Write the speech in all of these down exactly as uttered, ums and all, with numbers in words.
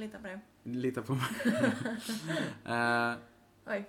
lita på det. Lita på mig. uh, Oj.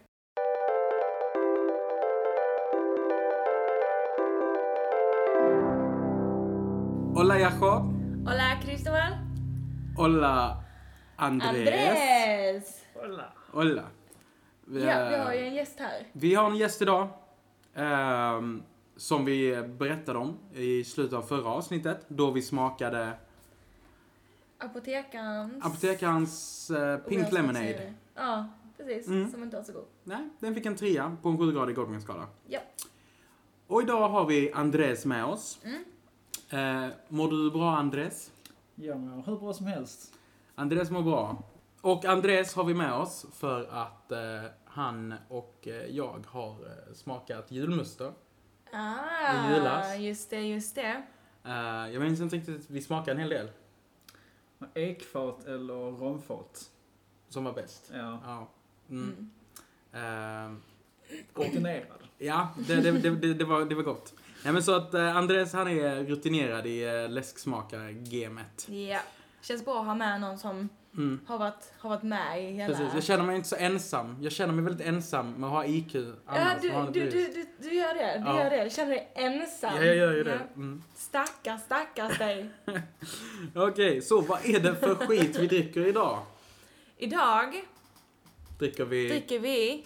Hola, Jacob. Hola, Cristobal. Hola, Andrés. Andrés. Hola. Hola. Vi, ja, vi har ju en gäst här. Vi har en gäst idag. Um, som vi berättade om i slutet av förra avsnittet. Då vi smakade Apotekarns... Apotekarns uh, Pink Lemonade. Ja, precis. Mm. Som inte var så god. Nej, den fick en trea på en sjugradig Goldwing-skala. Ja. Och idag har vi Andrés med oss. Mm. Uh, mår du bra, Andrés? Ja, men hur bra som helst. Andrés mår bra. Och Andrés har vi med oss för att uh, han och uh, jag har uh, smakat julmuster. Ah, I julas. just det, just det. Uh, jag minns inte riktigt, vi smakade en hel del. Ekfat eller romfat? Som var bäst. Ja. Ja. Mm. Mm. Uh, Ordinerad. ja, det, det, det, det, det, var, det var gott. Ja, men så att uh, Andrés, han är rutinerad i uh, läsksmakar-gamet. Ja, känns bra att ha med någon som Mm. har, varit, har varit med i hela... Precis, jag känner mig inte så ensam. Jag känner mig väldigt ensam med att ha I Q. Ja, du, du, du, du, du gör det. Du Ja. gör det. Du känner dig ensam. Ja, jag gör ju det. Ja. Mm. Stackars, stackars dig. Okej, okay, så vad är det för skit vi dricker idag? Idag Dricker vi... dricker vi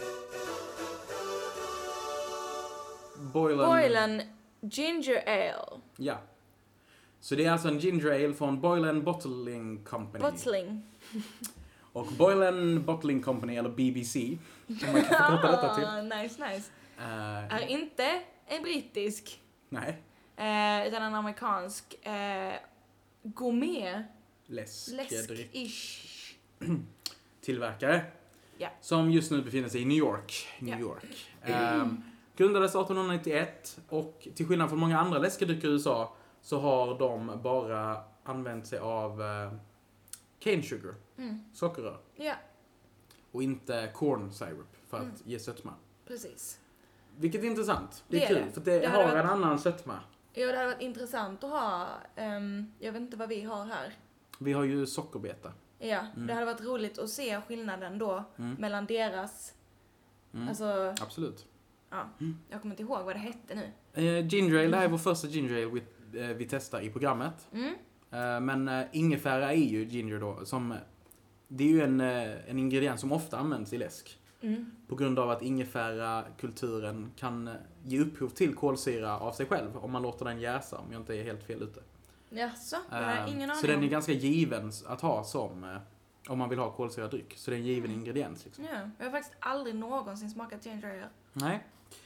Boylan... Boylan Ginger Ale. Ja. Så det är alltså en ginger ale från Boylan Bottling Company. Bottling. Och Boylan Bottling Company, eller B B C, om man kan förkorta detta till. Ah, nice, nice. Uh, Är inte en brittisk, nej, eh, utan en amerikansk eh, gourmet läskdryck. läsk-ish. Tillverkare. Ja. Som just nu befinner sig i New York. New Ja. York. Um, grundades arton nittioett och till skillnad från många andra läskedrycker i U S A så har de bara använt sig av uh, cane sugar, Mm. sockerrör. Ja, Och inte corn syrup för att Mm. ge sötma. precis. Vilket är intressant. Det är, Det är kul det. för det, Det har hade en varit- annan sötma. Ja, det hade varit intressant att ha, ehm, jag vet inte vad vi har här. Vi har ju sockerbeta. Ja, Mm. det hade varit roligt att se skillnaden då Mm. mellan deras, Mm. alltså, Absolut. ja, jag kommer inte ihåg vad det hette nu. Uh, ginger ale, det här är vår första ginger ale vi, uh, vi testar i programmet. Mm. Uh, men uh, ingefära är ju ginger då. Som, det är ju en, uh, en ingrediens som ofta används i läsk. Mm. På grund av att ingefära-kulturen kan uh, ge upphov till kolsyra av sig själv. Om man låter den jäsa, om jag inte är helt fel ute. Jaså, det har jag Uh, ingen aning så den är om. ganska given att ha som, uh, om man vill ha kolsyrad dryck. Så det är en given ingrediens liksom. Ja, jag har faktiskt aldrig någonsin smakat ginger ale. Nej.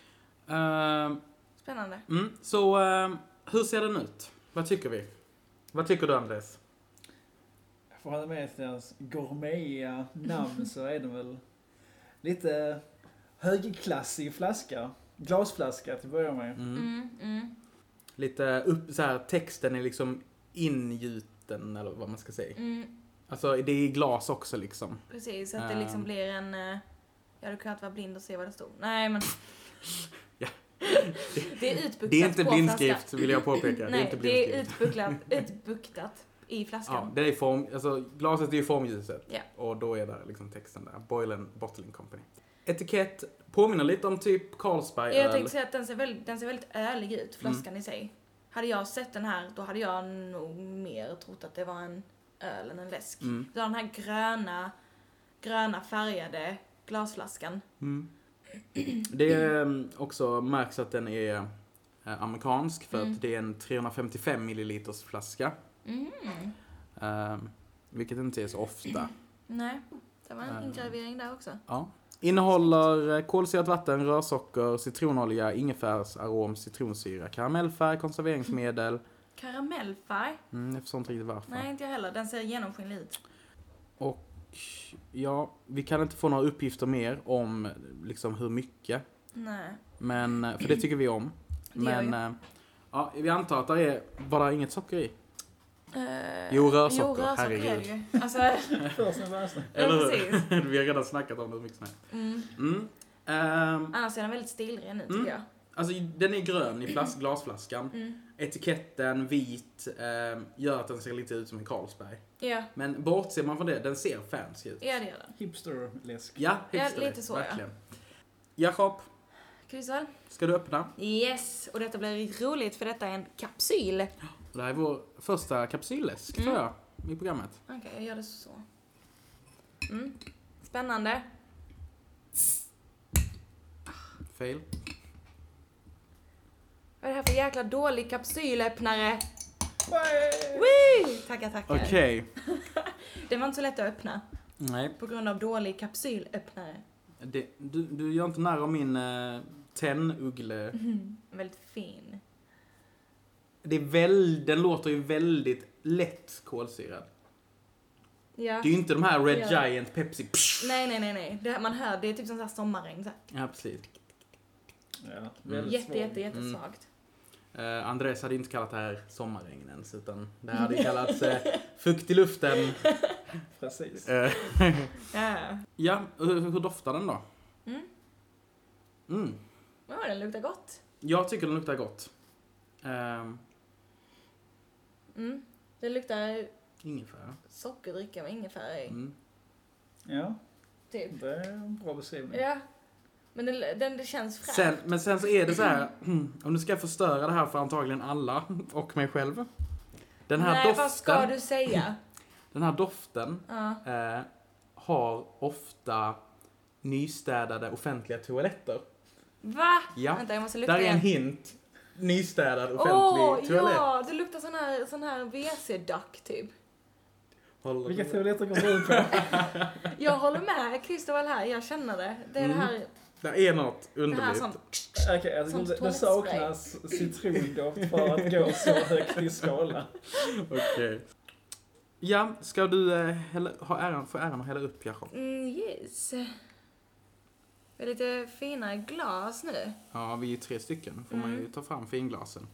Uh, Spännande. mm, så uh, hur ser den ut? Vad tycker vi? Vad tycker du, Andres? För att ha med deras gourmetiga namn så är det väl lite högklassig flaska. Glasflaska till att börja med. Mm. Mm, mm, Lite upp, så här, texten är liksom ingjuten eller vad man ska säga. mm, Alltså det är i glas också liksom. precis, så att det liksom Um. blir en... eh, Jag hade kunnat vara blind och se vad det stod. Nej, men... Ja. Det är utbuktat Det är inte på blindskrift flaskan. vill jag påpeka. Nej, det är inte det är blindskrift. utbucklat, utbuktat i flaskan. Ja, det är form, alltså glaset är ju formljuset. Ja. Och då är där liksom texten där. Boylan Bottling Company. Etikett påminner lite om typ Carlsberg Jag öl. tänkte säga att den ser väldigt, den ser väldigt ölig ut, flaskan i sig. Hade jag sett den här, då hade jag nog mer trott att det var en öl än en läsk. Mm. Så den här gröna, gröna färgade glasflaskan. Mm. Det är um, också märks att den är uh, amerikansk för Mm. att det är en trehundrafemtiofem milliliters flaska. Mm. Um, vilket inte är så ofta. Nej, det var en Mm. ingravering där också. Ja. Innehåller eh, kolsyrat vatten, rörsocker, citronolja, ingefärsarom, citronsyra, karamellfärg, konserveringsmedel. Karamellfärg? Mm, jag förstår inte riktigt varför. Nej, inte jag heller. Den ser genomskinlig ut. Och ja, vi kan inte få några uppgifter mer om liksom hur mycket. Nej. Men, eh, för det tycker vi om. Det gör Men vi. eh, ja, vi antar att det är bara inget socker i. Uh, Jo, rörsocker, jo, rörsocker herregud. är det ju. Alltså, Först och främst. Eller ja, hur? precis. Vi har redan snackat om det mycket snabbt. Mm. Mm. Ehm, Annars är den väldigt stilren nu, tycker Mm. jag. alltså den är grön i flas- glasflaskan. Mm. etiketten vit eh, gör att den ser lite ut som en Carlsberg. Ja, Men bortser man från det, den ser fancy ut. ja det gör den. Hipster-läsk. Ja, Ja, hipster, lite så, ja. verkligen. Jakob, Kryssval? ska du öppna? Yes, och detta blir roligt för detta är en kapsyl. Okej, Det här är vår första kapsylläsk, Mm. tror jag, i programmet. jag gör det så. Mm. Spännande. Fail. Vad är det här för jäkla dålig kapsylöppnare? Way! Woo! Tackar, tackar. Okej. Det var inte så lätt att öppna Nej, på grund av dålig kapsylöppnare. det, du, du gör inte nära min uh, tennuggle. Mm. Väldigt fin. Det är väl, den låter ju väldigt lätt kolsyrad. Ja. Det är ju inte de här Red Ja. Giant Pepsi. Psh. Nej, nej, nej, nej. Det, man hör, det är typ sån här sommarregn. Så här. Ja, precis. Ja, väldigt Jätte, svag. jätte, jättesvagt. Uh, Andres hade inte kallat det här sommarregn ens, utan det här hade kallats uh, fukt i luften. Precis. Uh, Ja. ja, hur, hur doftar den då? Mm. Mm. Ja, den luktar gott. Jag tycker den luktar gott. Um, Mm. Det luktar ingefära. sockerdricka med ingefära i. Mm. Ja, Typ. det är en bra beskrivning. Ja. Men den, den, det känns fräscht. Sen, men sen så är det så här, om du ska förstöra det här för antagligen alla och mig själv. Den här Nej, doften, vad ska du säga? den här doften Ja. eh, har ofta nystädade offentliga toaletter. Va? Ja, Vänta, jag måste lukta där är en igen. hint. Nystädad offentlig Åh, toalett. ja! Det luktar sån här, sån här W C-duck typ. Håller Vilka du- toaletter går du på? Jag håller med Christoffel här, jag känner det. Det är Mm. det här, Det är något det här underligt. som... Okej, jag Som tror det, det toalettspray. saknas citrondoft för att gå så högt i skala. Okej. Ja, ska du eh, hälla, ha äran, få äran att hälla upp, Jakob? Mm, yes. Det är lite finare glas nu. Ja, vi är tre stycken. Får man ju Mm. ta fram finglasen.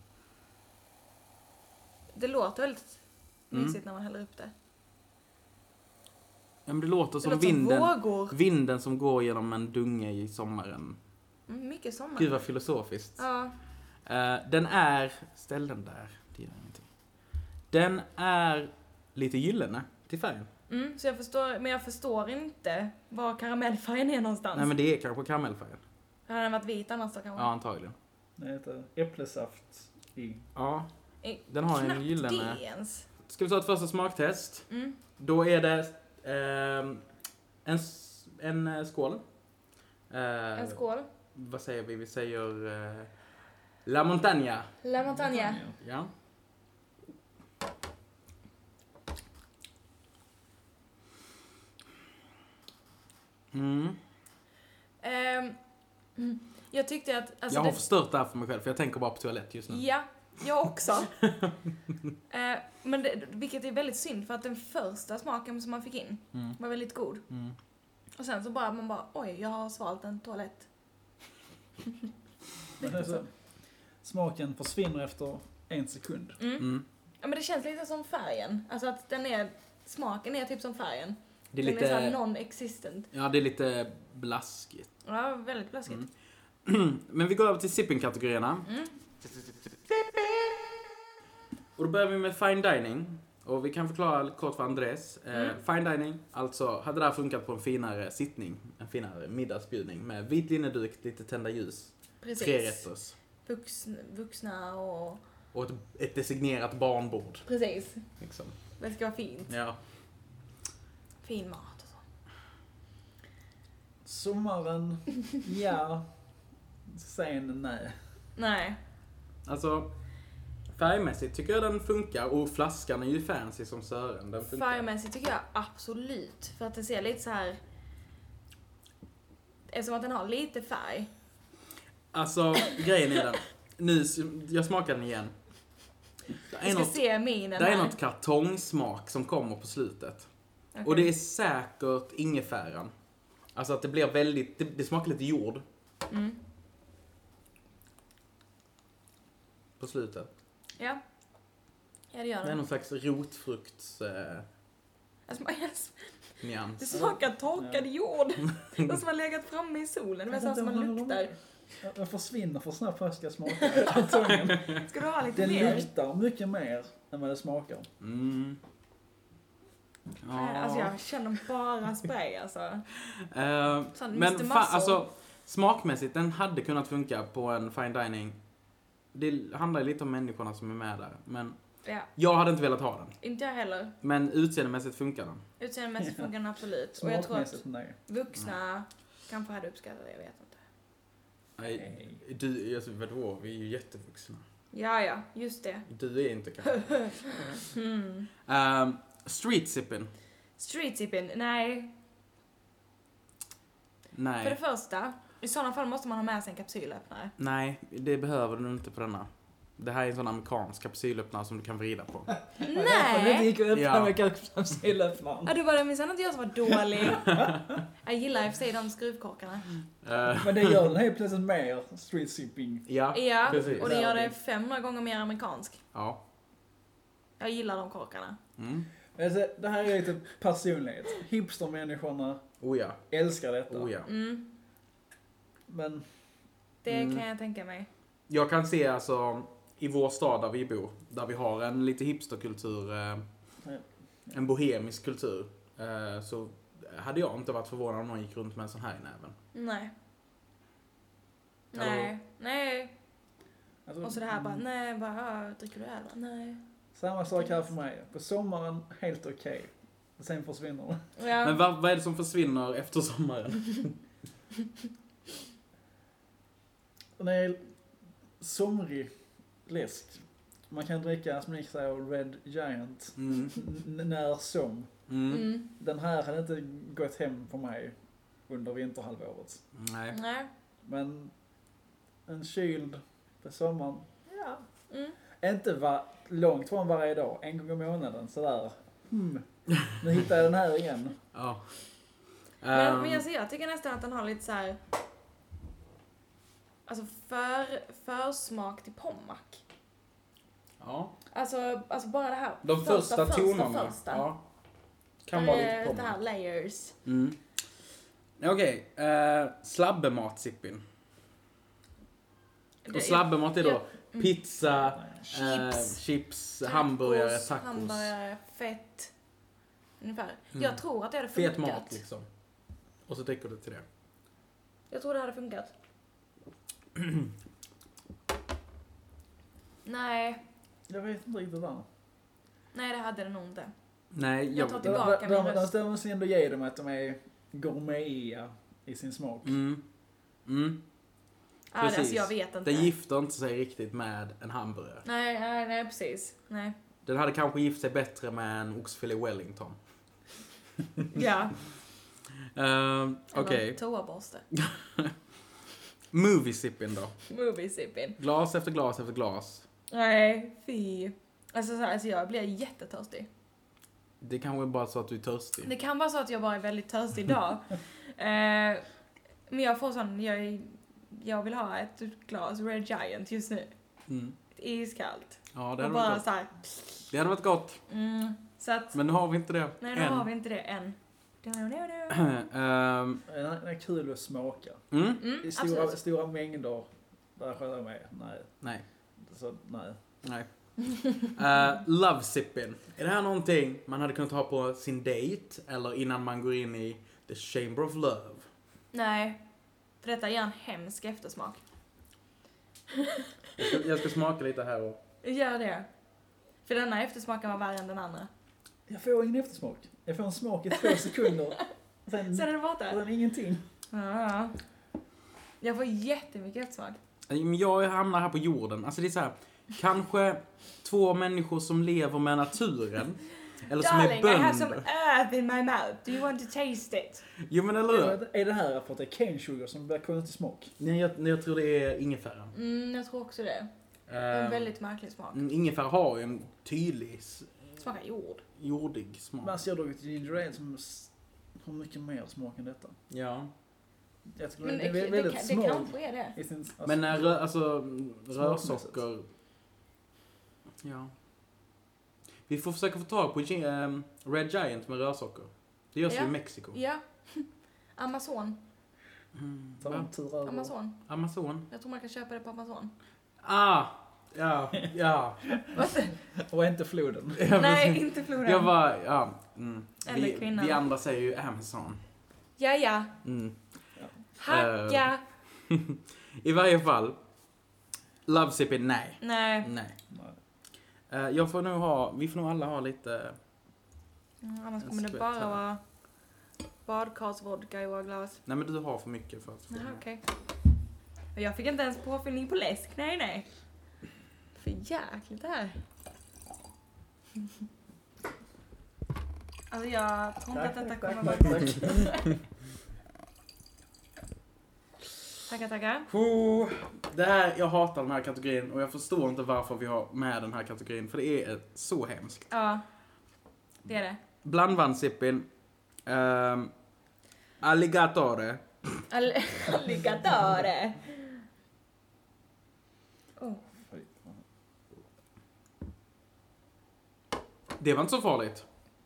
Det låter väldigt Mm. mysigt när man häller upp det. Ja, men det låter Det som låter vinden, som vågor. vinden som går genom en dunge i sommaren. Mm, mycket sommar. Gud vad filosofiskt. Ja. Eh, den är, ställ den där, det gör ingenting. Den är lite gyllene till färgen. Mm, så jag förstår, men jag förstår inte var karamellfärgen är någonstans. Nej men det är kanske karamellfärgen. Hade den varit vit annars då kanske? Ja, antagligen. Det heter äpplesaft i. Ja, Eh, den har en Knappt gyllene. det ens. Ska vi ta ett första smaktest? Mm. Då är det ehm, en, s- en eh, skål. Eh, En skål. Vad säger vi? Vi säger eh, La Montaña. La Montagne. Ja. Mm. Ehm, mm, jag tyckte att... Alltså jag har det, förstört det här för mig själv, för jag tänker bara på toalett just nu. Ja, jag också. eh, men det, vilket är väldigt synd för att den första smaken som man fick in Mm. var väldigt god. Mm. Och sen så bara man bara, oj, jag har svalt en toalett. Men det är så, smaken försvinner efter en sekund. Mm. Mm. Ja, men det känns lite som färgen. Alltså att den är, smaken är typ som färgen. Det är Den är såhär lite, non-existent. ja, det är lite blaskigt. Ja, väldigt blaskigt. Mm. Men vi går över till sipping-kategorierna. Mm. Och då börjar vi med fine dining. Och vi kan förklara kort för Andres. Eh, Mm. fine dining, alltså hade det här funkat på en finare sittning, en finare middagsbjudning med vit linneduk, lite tända ljus, Precis. tre rätters Vuxna, vuxna och... och ett, ett designerat barnbord. Precis. Liksom. Det ska vara fint. Ja. Fin mat och så. Sommaren, ja. Sen nej. Nej. Alltså, färgmässigt tycker jag den funkar och flaskan är ju fancy som Sören. Den funkar. Färgmässigt tycker jag absolut. För att det ser lite så här. Eftersom att den har lite färg. Alltså, grejen är den. Nu, jag smakar den igen. Det Vi är ska något, se minen det är här. något kartongsmak som kommer på slutet. Okej. Och det är säkert ingefäran. Alltså att det blir väldigt, det, det smakar lite jord Mm. på slutet. Ja. Ja, det gör Det är det. någon slags rotfrukts eh, Alltså, det nyans. smakar torkad jord. Det som har legat framme i solen. Det är så som man luktar. Den försvinner för snabbt för att jag ska smaka kartongen. Ska du ha lite Den mer? luktar mycket mer än vad det smakar. Mm. Nej, alltså jag känner bara spray alltså. Eh, Sån men Mister fa- Muscle. alltså, smakmässigt, den hade kunnat funka på en fine dining. Det handlar ju lite om människorna som är med där. Men Ja, jag hade inte velat ha den. inte jag heller. Men utseendemässigt funkar den. Utseendemässigt funkar den absolut. Och jag tror att Smakmässigt, nej. vuxna kanske hade uppskattat det, jag vet inte. Nej, du, alltså, vadå? Vi är ju jättevuxna. Ja, ja, just det. Du är inte kanske. Mm. um, street sipping. Street sipping, nej. För det Nej. första, i sådana fall måste man ha med sig en kapsylöppnare. Nej, det behöver du inte på denna. Det här är en sån amerikansk kapsylöppnare som du kan vrida på. Det Nej! gick att öppna Ja. med kapsylöppnaren. Ja, det var det minsann inte jag som var dålig. Jag gillar i och för sig de skruvkorkarna. Uh, Men det gör den helt plötsligt mer street sipping. ja, Ja, precis. och det gör det femhundra gånger mer amerikansk. Ja. Jag gillar de korkarna. Mm. Alltså, det här är lite personlighet. Hipstermänniskorna Oh ja. älskar detta. Oh ja. Mm, Men det Mm. kan jag tänka mig. Jag kan se alltså i vår stad där vi bor, där vi har en lite hipsterkultur, eh, en bohemisk kultur, eh, så hade jag inte varit förvånad om någon gick runt med en sån här i näven. Nej. Eller Nej, nej. alltså, Och så det här bara, nej, bara, "Ah, dricker du öl? Bara, nej. samma sak här för mig. På sommaren, helt okej. Och sen försvinner det. Ja. Men vad, vad är det som försvinner efter sommaren? Den är somrig läsk. Man kan dricka, som ni säger, Red Giant Mm. n- när som. Mm. Mm. Den här hade inte gått hem för mig under vinterhalvåret. Nej. Nej. Men en kyld på sommaren, ja. Mm. Inte var långt från varje dag, en gång i månaden sådär. Hmm. Nu hittar jag den här igen. Ja. Men, Ehm, men alltså, jag tycker nästan att den har lite så här. Alltså för, försmak till pommac. ja. Alltså, alltså bara det här. De första, tonerna. Första. Ja. Kan Där vara är lite det här pommac. layers. Mm. Okej, okay. uh, slabbemat-sipping. Det- Och slabbemat är då ja. Mm. pizza, eh, Chips. chips, hamburgare, tacos. Hamburgare, fett. Ungefär. Mm. Jag tror att det hade Fet funkat. mat liksom. Och så dricker du till det. Jag tror det hade funkat. Nej, Jag vet inte riktigt vad. nej det hade det nog inte. Nej, Jag jag... tar De, Tillbaka de, min de, de röst. stämmer sig ändå ge dem att de är gourmetiga i sin smak. Mm. Mm. Ja, Precis. alltså jag vet inte. Den gifter inte sig riktigt med en hamburgare. Nej, nej, nej, precis. Nej. Den hade kanske gift sig bättre med en oxfilé Wellington. Ja. Uh, Okej. Eller toaborste. Movie sipping då. Movie sipping. Glas efter glas efter glas. Nej, fy. Alltså, så här, alltså jag blir jättetörstig. Det kanske är bara så att du är törstig. Det kan vara så att jag bara är väldigt törstig idag. eh, men jag får sån, jag, är- jag vill ha ett glas Red Giant just nu. Mm. Iskallt. Ja, det Och hade bara varit gott. så här. Det hade varit gott. Mm, så att, Men nu har vi inte det. nej nu än. har vi inte det än. Ehm, Det är, det är kul att smaka. mm? Mm, I stora, absolut. stora mängder, där sköter jag med. Nej. Nej. Så, nej. Nej. Uh, love sipping. Är det här någonting man hade kunnat ha på sin date eller innan man går in i the chamber of love? Nej, för detta ger en hemsk eftersmak. Jag ska, jag ska smaka lite här och... Gör det. För denna eftersmaken var värre än den andra. Jag får ingen eftersmak. Jag får en smak i två sekunder. Sen, Sen är det borta. sen ingenting. Ja. Jag får jättemycket eftersmak. Men jag hamnar här på jorden. Alltså det är så här, kanske två människor som lever med naturen. Eller som är Darling, I have some bönder. earth in my mouth. Do you want to taste it? Jo men eller hur? Är det här för att det är cane sugar som blir konstig smak? Nej, jag, jag tror det är ingefära. Mm, jag tror också det. Uh, En väldigt märklig smak. ingefära har ju en tydlig s- Smakar jord. jordig smak. Men alltså jag har druckit ginger ale som s- har mycket mer smak än detta. Ja. Jag tror Men det det, är det, vä- det, väldigt kan- det smal kanske är det. i sin... Alltså, Men när rö, alltså rörsocker... Ja. Vi får försöka få tag på gi- ehm, Red Giant med rörsocker. Det görs ju Ja. i Mexiko. Ja. Amazon. Mm, Ta en tur över. Amazon. Amazon. Jag tror man kan köpa det på Amazon. Ah! Ja, ja. Och inte floden. Nej, inte floden. Jag var, ja. Mm. Eller Vi, kvinnan. vi andra säger ju Amazon. Ja, ja. Mm. Hacka. I varje fall. Love sipping, nej. Nej. Nej. Nej. Uh, jag får nog ha, vi får nog alla ha lite... Mm, annars En kommer det skvätt bara här. vara badkarsvodka i våra glas. Nej men du har för mycket för att få. Jaha, okej. Och jag fick inte ens påfyllning på läsk. Nej, nej. För jäkligt det här. Alltså jag tror inte att detta kommer vara... tack, tack. Tackar, tackar. Oh, det här, jag hatar den här kategorin och jag förstår inte varför vi har med den här kategorin. För det är så hemskt. Ja, det är det. Blandvandsipping. Um, alligatore. All- Alligatore. Oh. Det var inte så farligt.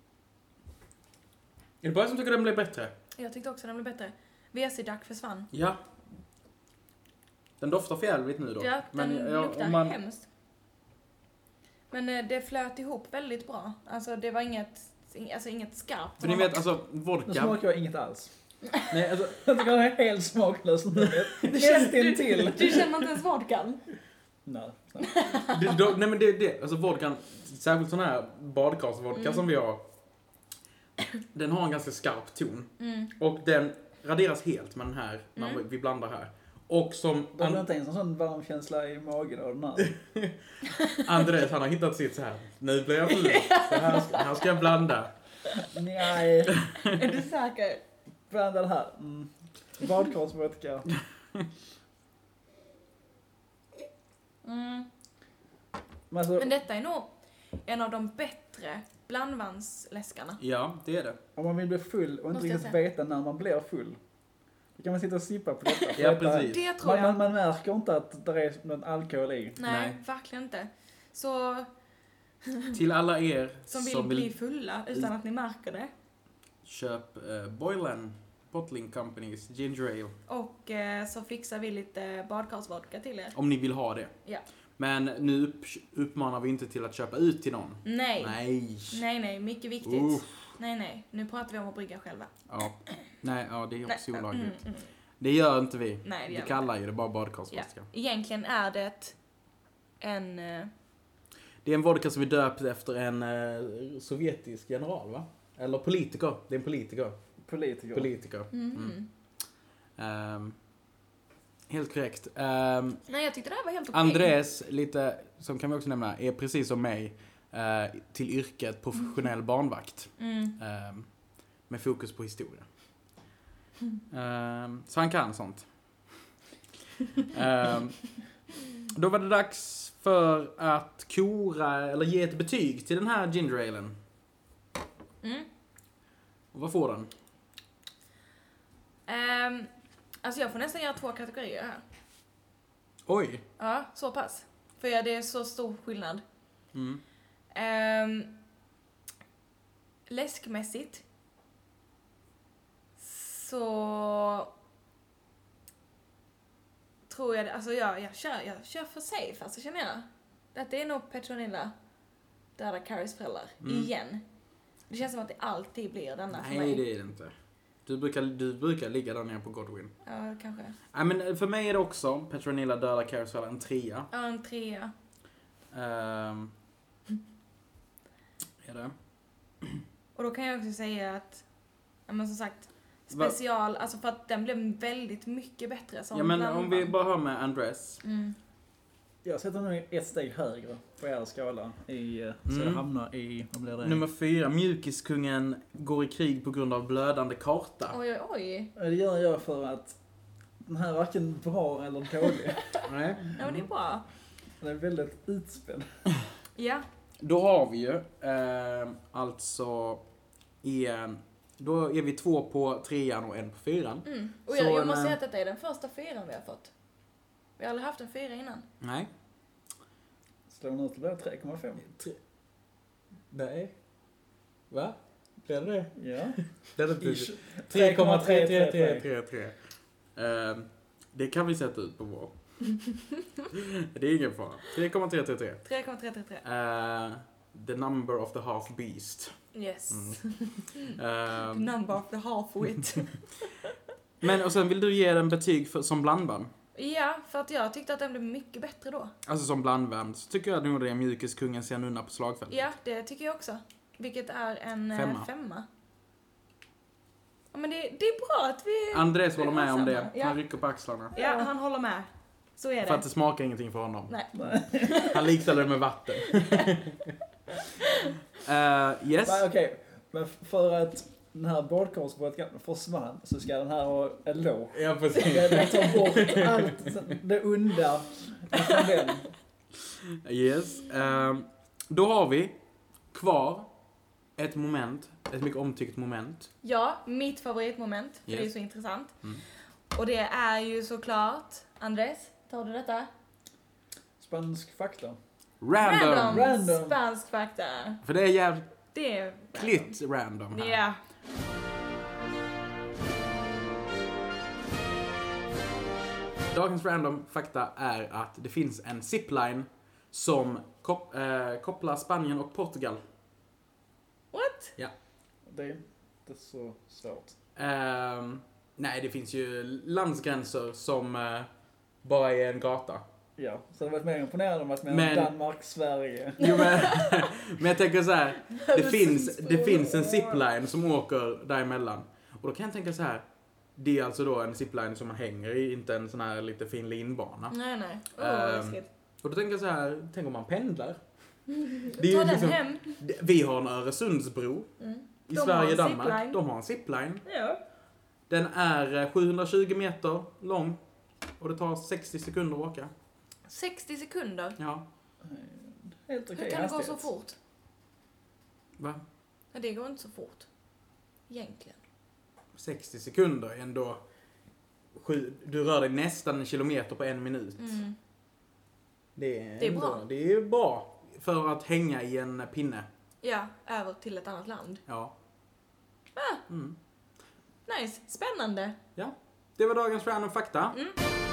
Är det bara som tycker den blev bättre? Jag tyckte också den blev bättre. W C-dack försvann. Ja. Den doftar för jävligt nu då. Ja, den Men, ja, luktar om man, hemskt. Men eh, det flöt ihop väldigt bra. Alltså det var inget, alltså inget skarpt. För ni vet, alltså Nu vodka. smakar jag inget alls. Nej, alltså, Jag tycker den är helt smaklös. Nästintill. Du känner inte ens vodkan? Nej, nej. det, då, nej men det är det. Alltså vodkan, särskilt sån här badkarsvodka Mm. som vi har. Den har en ganska skarp ton. Mm. Och den raderas helt med den här, när Mm. vi blandar här. Och som Det blir An- inte ens en sån varm känsla i magen av den här. Andreas, han har hittat sitt så här. Nu blir jag full. Så här ska, här ska jag blanda. Nej, Är du säker? blanda det här. Mm. Badkarsvodka. Mm. Men alltså, Men detta är nog en av de bättre blandvandsläskarna. Ja, det är det. om man vill bli full och inte Måste jag riktigt säga. veta när man blir full. Då kan man sitta och sippa på detta. För Ja, detta- precis. Det tror Man, jag. man, man märker inte att det är någon alkohol i. Nej, Nej. verkligen inte. Så Till alla er som vill som vill bli fulla utan att ni märker det. köp uh, Boylan Bottling Companies Ginger Ale. Och eh, så fixar vi lite badkarsvodka till er. Om ni vill ha det. Ja. Men nu upp, uppmanar vi inte till att köpa ut till någon. Nej. Nej. Nej, nej, mycket viktigt. Uff. Nej, nej. Nu pratar vi om att brygga själva. Ja. Nej, ja, det är också Nej. olagligt. Mm, mm. Det gör inte vi. Nej, det Vi gör vi kallar ju det bara badkarsvodka. Ja. Egentligen är det en... eh, Det är en vodka som är döpt efter en eh, sovjetisk general, va? Eller politiker. Det är en politiker. Politiker. Politiker. Mm. Mm. Ehm, helt korrekt. Ehm, Nej, jag tyckte det här var helt okej. Andres, lite, som kan vi också nämna, är precis som mig eh, till yrket professionell barnvakt. Mm. Ehm, med fokus på historia. Ehm, så han kan sånt. Ehm, då var det dags för att kora, eller ge ett betyg till den här ginger alen. Mm. Och vad får den? Ehm, alltså jag får nästan göra två kategorier här. Oj! Ja, så pass. För ja, det är så stor skillnad. Mm. Um, läskmässigt så tror jag det, alltså jag, jag, kör, jag kör för safe, alltså känner jag. Detta är nog Petronilla, döda Carries föräldrar, Mm. igen. Det känns som att det alltid blir denna för Nej, mig. det är det inte. Du brukar, du brukar ligga där nere på Godwin. Ja, kanske. Nej, men för mig är det också Petronilla döda Carousel en trea. Ja, en trea. Ehm, är det? Och då kan jag också säga att, ja men som sagt, special, alltså för att den blev väldigt mycket bättre som Ja, men blandvan. om vi bara hör med Andres. Mm. Jag sätter nog ett steg högre på er skala. I, eh, Så Mm. jag hamnar i, vad blir det? Nummer fyra, mjukiskungen går i krig på grund av blödande karta. Oj, oj, oj. Det gör jag för att den här är varken bra eller dålig. Nej. Ja, men det är bra. Den är väldigt utspänd. Ja. Då har vi ju eh, alltså en, då är vi två på trean och en på fyran. Mm. Och Så jag, jag en, måste eh, säga att detta är den första fyran vi har fått. Vi har aldrig haft en fyra innan. Nej. Slår den ut det blir tre komma fem. Nej. Va? Blev det det? Ja. Det är Ish. tre komma tre tre tre tre tre. Uh, det kan vi sätta ut på vår. Det är ingen fara. tre komma tre tre tre. tre komma tre tre tre. Uh, the number of the half beast. Yes. Mm. The Uh, number of the half wit. men och sen vill du ge den betyg för, som blandband? Ja, för att jag tyckte att den blev mycket bättre då. Alltså som blandband så tycker jag nog det är Mjukiskungen ser nunna på slagfältet. Ja, det tycker jag också. Vilket är en eh, Femma. femma. Ja, men det, det är bra att vi... Andres vi håller med har om samma. det. Ja. Han rycker på axlarna. Ja, han håller med. Så är det. För att det smakar ingenting för honom. Nej. Han likställer det med vatten. uh, yes. Men okej, men för att den här badkarsvodkan försvann så ska den här ha en låg. Ja, precis. Den tar bort allt det onda från den. Yes. Um, då har vi kvar ett moment, ett mycket omtyckt moment. Ja, mitt favoritmoment. För Yes. det är så intressant. Mm. Och det är ju såklart... Andres, tar du detta? Spansk fakta. Random! Random. Spansk fakta. För det är jävligt Det är... klitt random här. Ja. Dagens random fakta är att det finns en zipline som kop- eh, kopplar Spanien och Portugal. What? Det är inte så svårt. Ehm, nej, det finns ju landsgränser som eh, bara är en gata. Ja, så det var mer imponerande om att med Men- Danmark, Sverige. Jo, men, men jag tänker så här, det finns, det finns en zipline som åker däremellan. Och då kan jag tänka så här, det är alltså då en zipline som man hänger i, inte en sån här lite fin linbana. Nej, nej. Åh, Ehm, vad läskigt. Och då tänker jag så här, tänk om man pendlar. Det är Ta ju den liksom- hem. det- Vi har en Öresundsbro Mm. i De har Sverige och en Danmark. zipline. De har en zipline. Ja. Den är eh, sjuhundratjugo meter lång och det tar sextio sekunder att åka. sextio sekunder. Ja. Helt okej Hur kan det gå så hastighet. fort? Va? Ja, det går inte så fort. Egentligen. sextio sekunder är ändå... Sju, du rör dig nästan en kilometer på en minut. Mm. Det är, Det är ändå, bra. Det är bra för att hänga i en pinne. Ja, över till ett annat land. Ja. Ah. Mm. Nice. Spännande. Det var dagens random fakta. Mm.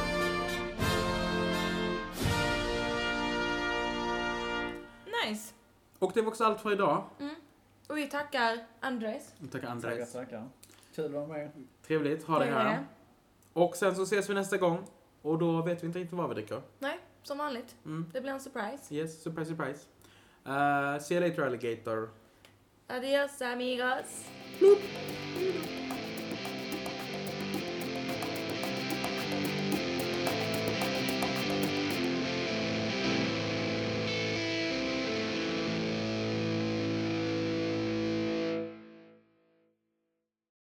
Nice. Och det var också allt för idag. Mm. Och vi tackar Andres. Tackar Tackar, Andres. tackar. Kul att vara med. Trevligt, ha det Det är här. det. Och sen så ses vi nästa gång. Och då vet vi inte riktigt vad vi dricker. Nej, som vanligt. Mm. Det blir en surprise. Yes, surprise, surprise. Uh, see you later, alligator. Adios, amigos. Bloop.